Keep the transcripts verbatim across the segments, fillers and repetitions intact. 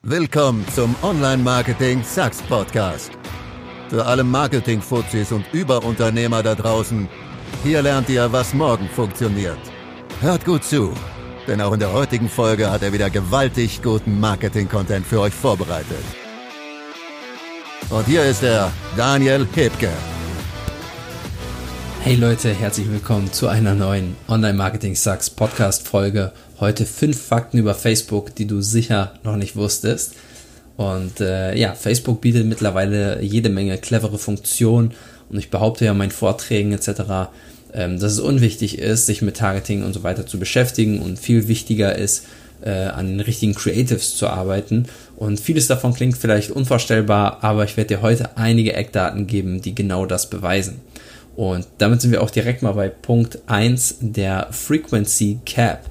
Willkommen zum Online-Marketing-Sucks-Podcast. Für alle Marketing-Fuzis und Überunternehmer da draußen, hier lernt ihr, was morgen funktioniert. Hört gut zu, denn auch in der heutigen Folge hat er wieder gewaltig guten Marketing-Content für euch vorbereitet. Und hier ist er, Daniel Hebke. Hey Leute, herzlich willkommen zu einer neuen Online-Marketing-Sucks-Podcast-Folge. Heute fünf Fakten über Facebook, die du sicher noch nicht wusstest. Und äh, ja, Facebook bietet mittlerweile jede Menge clevere Funktionen. Und ich behaupte ja in meinen Vorträgen et cetera, ähm, dass es unwichtig ist, sich mit Targeting und so weiter zu beschäftigen und viel wichtiger ist, äh, an den richtigen Creatives zu arbeiten. Und vieles davon klingt vielleicht unvorstellbar, aber ich werde dir heute einige Eckdaten geben, die genau das beweisen. Und damit sind wir auch direkt mal bei Punkt eins, der Frequency Cap.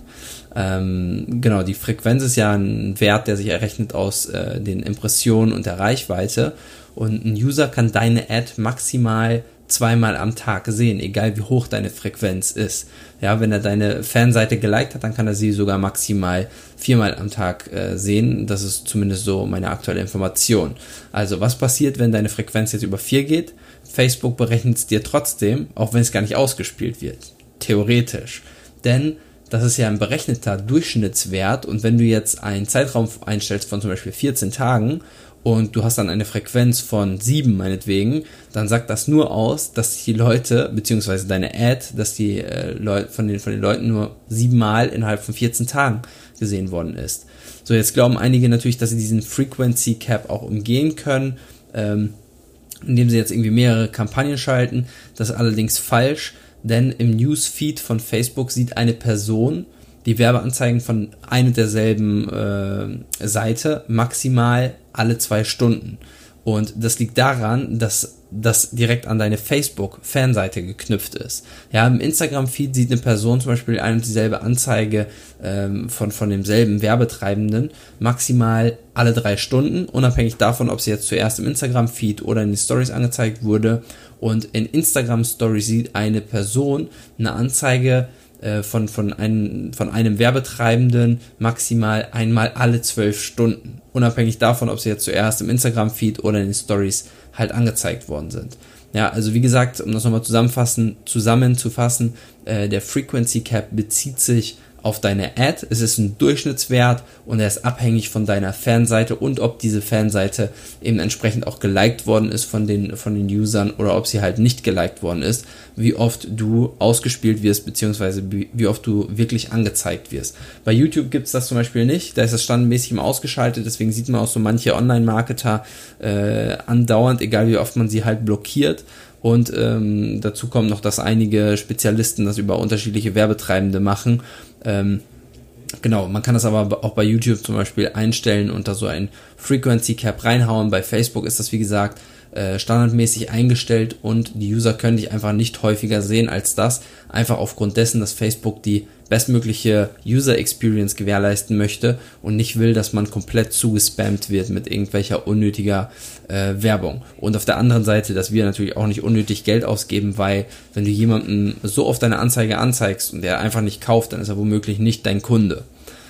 Ähm, genau, die Frequenz ist ja ein Wert, der sich errechnet aus äh, den Impressionen und der Reichweite. Und ein User kann deine Ad maximal zweimal am Tag sehen, egal wie hoch deine Frequenz ist. Ja, wenn er deine Fanseite geliked hat, dann kann er sie sogar maximal viermal am Tag äh, sehen. Das ist zumindest so meine aktuelle Information. Also, was passiert, wenn deine Frequenz jetzt über vier geht? Facebook berechnet es dir trotzdem, auch wenn es gar nicht ausgespielt wird. Theoretisch. Denn das ist ja ein berechneter Durchschnittswert und wenn du jetzt einen Zeitraum einstellst von zum Beispiel vierzehn Tagen und du hast dann eine Frequenz von sieben meinetwegen, dann sagt das nur aus, dass die Leute, beziehungsweise deine Ad, dass die äh, Leute von den, von den Leuten nur siebenmal innerhalb von vierzehn Tagen gesehen worden ist. So, jetzt glauben einige natürlich, dass sie diesen Frequency Cap auch umgehen können, ähm, indem sie jetzt irgendwie mehrere Kampagnen schalten. Das ist allerdings falsch, denn im Newsfeed von Facebook sieht eine Person die Werbeanzeigen von ein und derselben äh, Seite maximal alle zwei Stunden. Und das liegt daran, dass das direkt an deine Facebook-Fanseite geknüpft ist. Ja, im Instagram-Feed sieht eine Person zum Beispiel eine und dieselbe Anzeige ähm, von, von demselben Werbetreibenden maximal alle drei Stunden, unabhängig davon, ob sie jetzt zuerst im Instagram-Feed oder in den Stories angezeigt wurde. Und in Instagram-Stories sieht eine Person eine Anzeige äh, von, von, einem, von einem Werbetreibenden maximal einmal alle zwölf Stunden, unabhängig davon, ob sie jetzt zuerst im Instagram-Feed oder in den Stories halt angezeigt worden sind. Ja, also wie gesagt, um das nochmal zusammenfassen, zusammenzufassen, äh, der Frequency Cap bezieht sich auf deine Ad. Es ist ein Durchschnittswert und er ist abhängig von deiner Fanseite und ob diese Fanseite eben entsprechend auch geliked worden ist von den, von den Usern oder ob sie halt nicht geliked worden ist, wie oft du ausgespielt wirst, beziehungsweise wie oft du wirklich angezeigt wirst. Bei YouTube gibt es das zum Beispiel nicht, da ist das standardmäßig immer ausgeschaltet, deswegen sieht man auch so manche Online-Marketer äh, andauernd, egal wie oft man sie halt blockiert. Und ähm, dazu kommt noch, dass einige Spezialisten das über unterschiedliche Werbetreibende machen. Ähm, genau, man kann das aber auch bei YouTube zum Beispiel einstellen und da so ein Frequency Cap reinhauen. Bei Facebook ist das, wie gesagt, äh, standardmäßig eingestellt und die User können dich einfach nicht häufiger sehen als das. Einfach aufgrund dessen, dass Facebook die bestmögliche User Experience gewährleisten möchte und nicht will, dass man komplett zugespammt wird mit irgendwelcher unnötiger äh, Werbung. Und auf der anderen Seite, dass wir natürlich auch nicht unnötig Geld ausgeben, weil wenn du jemanden so oft deine Anzeige anzeigst und der einfach nicht kauft, dann ist er womöglich nicht dein Kunde.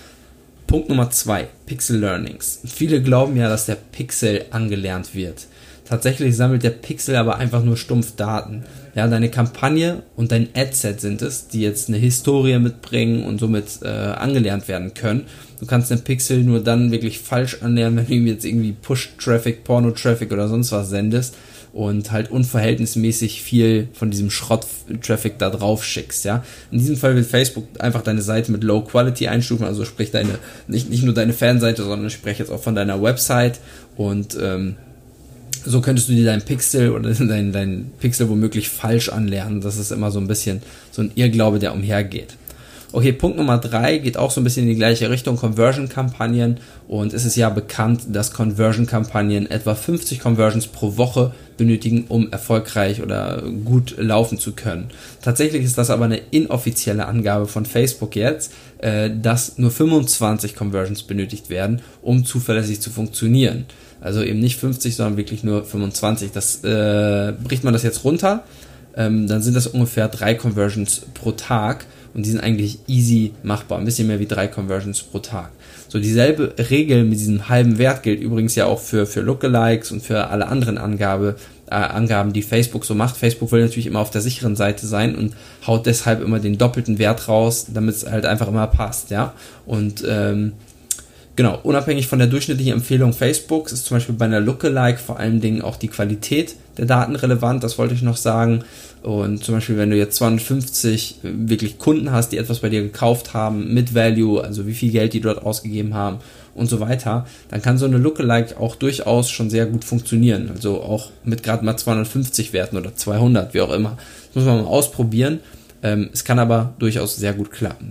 Punkt Nummer zwei, Pixel Learnings. Viele glauben ja, dass der Pixel angelernt wird. Tatsächlich sammelt der Pixel aber einfach nur stumpf Daten. Ja, deine Kampagne und dein Adset sind es, die jetzt eine Historie mitbringen und somit äh, angelernt werden können. Du kannst den Pixel nur dann wirklich falsch anlernen, wenn du ihm jetzt irgendwie Push-Traffic, Porno-Traffic oder sonst was sendest und halt unverhältnismäßig viel von diesem Schrott-Traffic da drauf schickst, ja. In diesem Fall will Facebook einfach deine Seite mit Low Quality einstufen, also sprich deine, nicht, nicht nur deine Fanseite, sondern ich spreche jetzt auch von deiner Website und ähm, so könntest du dir deinen Pixel oder deinen dein Pixel womöglich falsch anlernen. Das ist immer so ein bisschen so ein Irrglaube, der umhergeht. Okay, Punkt Nummer drei geht auch so ein bisschen in die gleiche Richtung, Conversion-Kampagnen. Und es ist ja bekannt, dass Conversion-Kampagnen etwa fünfzig Conversions pro Woche benötigen, um erfolgreich oder gut laufen zu können. Tatsächlich ist das aber eine inoffizielle Angabe von Facebook jetzt, äh, dass nur fünfundzwanzig Conversions benötigt werden, um zuverlässig zu funktionieren. Also eben nicht fünfzig, sondern wirklich nur fünfundzwanzig. Das äh, bricht man das jetzt runter, ähm, dann sind das ungefähr drei Conversions pro Tag und die sind eigentlich easy machbar. Ein bisschen mehr wie drei Conversions pro Tag. So dieselbe Regel mit diesem halben Wert gilt übrigens ja auch für, für Lookalikes und für alle anderen Angabe, äh, Angaben, die Facebook so macht. Facebook will natürlich immer auf der sicheren Seite sein und haut deshalb immer den doppelten Wert raus, damit es halt einfach immer passt, ja. Und ähm, genau, unabhängig von der durchschnittlichen Empfehlung Facebooks ist zum Beispiel bei einer Lookalike vor allen Dingen auch die Qualität der Daten relevant, das wollte ich noch sagen. Und zum Beispiel, wenn du jetzt zweihundertfünfzig wirklich Kunden hast, die etwas bei dir gekauft haben, mit Value, also wie viel Geld die dort ausgegeben haben und so weiter, dann kann so eine Lookalike auch durchaus schon sehr gut funktionieren. Also auch mit gerade mal zweihundertfünfzig Werten oder zweihundert, wie auch immer. Das muss man mal ausprobieren. Ähm, es kann aber durchaus sehr gut klappen.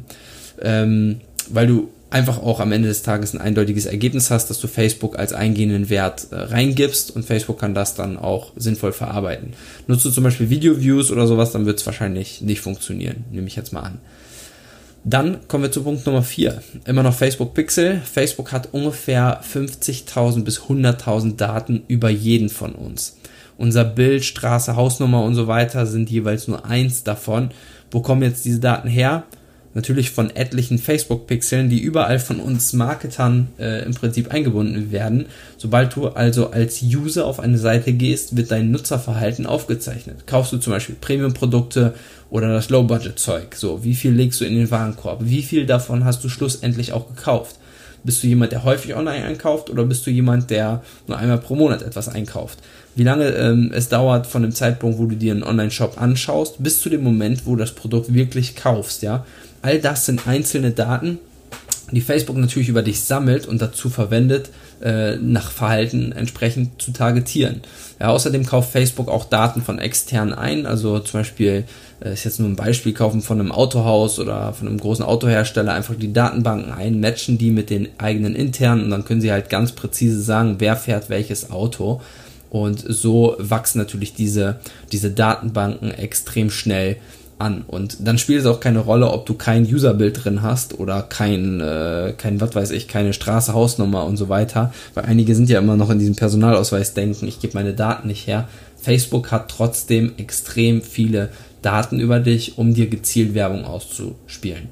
Ähm, weil du einfach auch am Ende des Tages ein eindeutiges Ergebnis hast, dass du Facebook als eingehenden Wert äh, reingibst und Facebook kann das dann auch sinnvoll verarbeiten. Nutzt du zum Beispiel Video-Views oder sowas, dann wird es wahrscheinlich nicht funktionieren, nehme ich jetzt mal an. Dann kommen wir zu Punkt Nummer vier. Immer noch Facebook Pixel. Facebook hat ungefähr fünfzigtausend bis hunderttausend Daten über jeden von uns. Unser Bild, Straße, Hausnummer und so weiter sind jeweils nur eins davon. Wo kommen jetzt diese Daten her? Natürlich von etlichen Facebook-Pixeln, die überall von uns Marketern äh, im Prinzip eingebunden werden. Sobald du also als User auf eine Seite gehst, wird dein Nutzerverhalten aufgezeichnet. Kaufst du zum Beispiel Premium-Produkte oder das Low-Budget-Zeug, so, wie viel legst du in den Warenkorb? Wie viel davon hast du schlussendlich auch gekauft? Bist du jemand, der häufig online einkauft oder bist du jemand, der nur einmal pro Monat etwas einkauft? Wie lange ähm, es dauert von dem Zeitpunkt, wo du dir einen Online-Shop anschaust, bis zu dem Moment, wo du das Produkt wirklich kaufst, ja? All das sind einzelne Daten, die Facebook natürlich über dich sammelt und dazu verwendet, äh, nach Verhalten entsprechend zu targetieren. Ja, außerdem kauft Facebook auch Daten von externen ein, also zum Beispiel, äh, ist jetzt nur ein Beispiel, kaufen von einem Autohaus oder von einem großen Autohersteller einfach die Datenbanken ein, matchen die mit den eigenen internen und dann können sie halt ganz präzise sagen, wer fährt welches Auto. Und so wachsen natürlich diese, diese Datenbanken extrem schnell an. Und dann spielt es auch keine Rolle, ob du kein Userbild drin hast oder kein, äh, kein, was weiß ich, keine Straße, Hausnummer und so weiter. Weil einige sind ja immer noch in diesem Personalausweis-Denken, ich gebe meine Daten nicht her. Facebook hat trotzdem extrem viele Daten über dich, um dir gezielt Werbung auszuspielen.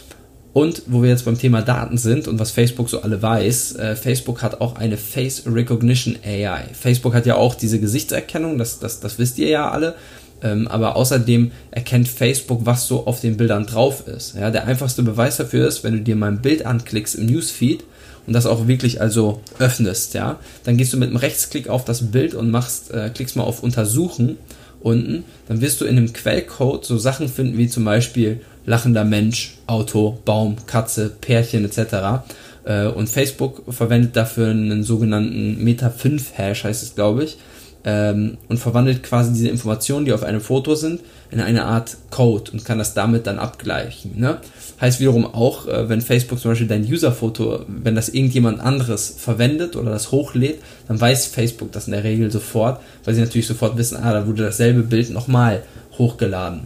Und wo wir jetzt beim Thema Daten sind und was Facebook so alle weiß, äh, Facebook hat auch eine Face Recognition A I. Facebook hat ja auch diese Gesichtserkennung, das, das, das wisst ihr ja alle. Ähm, aber außerdem erkennt Facebook, was so auf den Bildern drauf ist. Ja, der einfachste Beweis dafür ist, wenn du dir mal ein Bild anklickst im Newsfeed und das auch wirklich also öffnest, ja, dann gehst du mit einem Rechtsklick auf das Bild und machst, äh, klickst mal auf Untersuchen unten, dann wirst du in einem Quellcode so Sachen finden wie zum Beispiel lachender Mensch, Auto, Baum, Katze, Pärchen et cetera. Äh, und Facebook verwendet dafür einen sogenannten Meta fünf Hash, heißt es, glaube ich, ähm, und verwandelt quasi diese Informationen, die auf einem Foto sind, in eine Art Code und kann das damit dann abgleichen. Ne? Heißt wiederum auch, äh, wenn Facebook zum Beispiel dein User-Foto, wenn das irgendjemand anderes verwendet oder das hochlädt, dann weiß Facebook das in der Regel sofort, weil sie natürlich sofort wissen, ah, da wurde dasselbe Bild nochmal hochgeladen.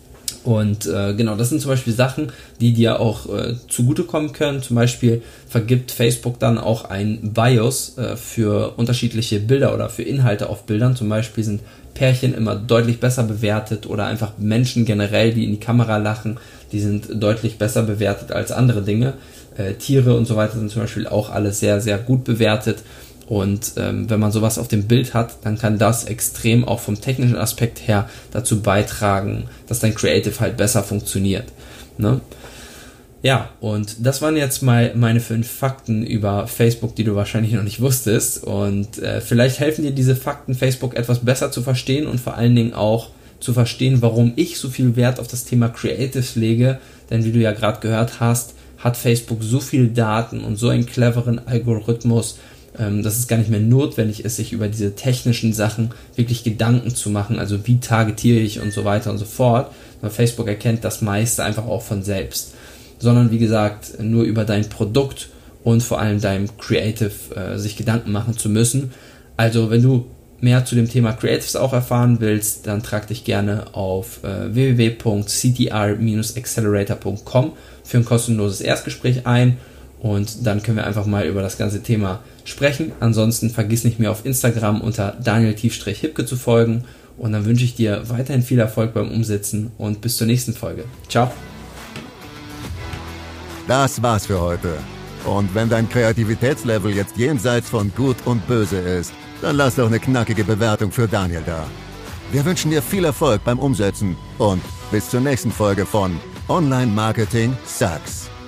Und äh, genau, das sind zum Beispiel Sachen, die dir auch äh, zugutekommen können. Zum Beispiel vergibt Facebook dann auch ein BIOS äh, für unterschiedliche Bilder oder für Inhalte auf Bildern. Zum Beispiel sind Pärchen immer deutlich besser bewertet oder einfach Menschen generell, die in die Kamera lachen, die sind deutlich besser bewertet als andere Dinge. Äh, Tiere und so weiter sind zum Beispiel auch alle sehr, sehr gut bewertet. Und ähm, wenn man sowas auf dem Bild hat, dann kann das extrem auch vom technischen Aspekt her dazu beitragen, dass dein Creative halt besser funktioniert. Ne? Ja, und das waren jetzt mal meine fünf Fakten über Facebook, die du wahrscheinlich noch nicht wusstest. Und äh, vielleicht helfen dir diese Fakten, Facebook etwas besser zu verstehen und vor allen Dingen auch zu verstehen, warum ich so viel Wert auf das Thema Creatives lege. Denn wie du ja gerade gehört hast, hat Facebook so viel Daten und so einen cleveren Algorithmus, dass es gar nicht mehr notwendig ist, sich über diese technischen Sachen wirklich Gedanken zu machen, also wie targetiere ich und so weiter und so fort, weil Facebook erkennt das meiste einfach auch von selbst, sondern wie gesagt, nur über dein Produkt und vor allem deinem Creative äh, sich Gedanken machen zu müssen. Also wenn du mehr zu dem Thema Creatives auch erfahren willst, dann trag dich gerne auf äh, w w w punkt c t r dash accelerator punkt com für ein kostenloses Erstgespräch ein. Und dann können wir einfach mal über das ganze Thema sprechen. Ansonsten vergiss nicht, mir auf Instagram unter Daniel-Hipke zu folgen. Und dann wünsche ich dir weiterhin viel Erfolg beim Umsetzen und bis zur nächsten Folge. Ciao. Das war's für heute. Und wenn dein Kreativitätslevel jetzt jenseits von Gut und Böse ist, dann lass doch eine knackige Bewertung für Daniel da. Wir wünschen dir viel Erfolg beim Umsetzen und bis zur nächsten Folge von Online Marketing Sucks.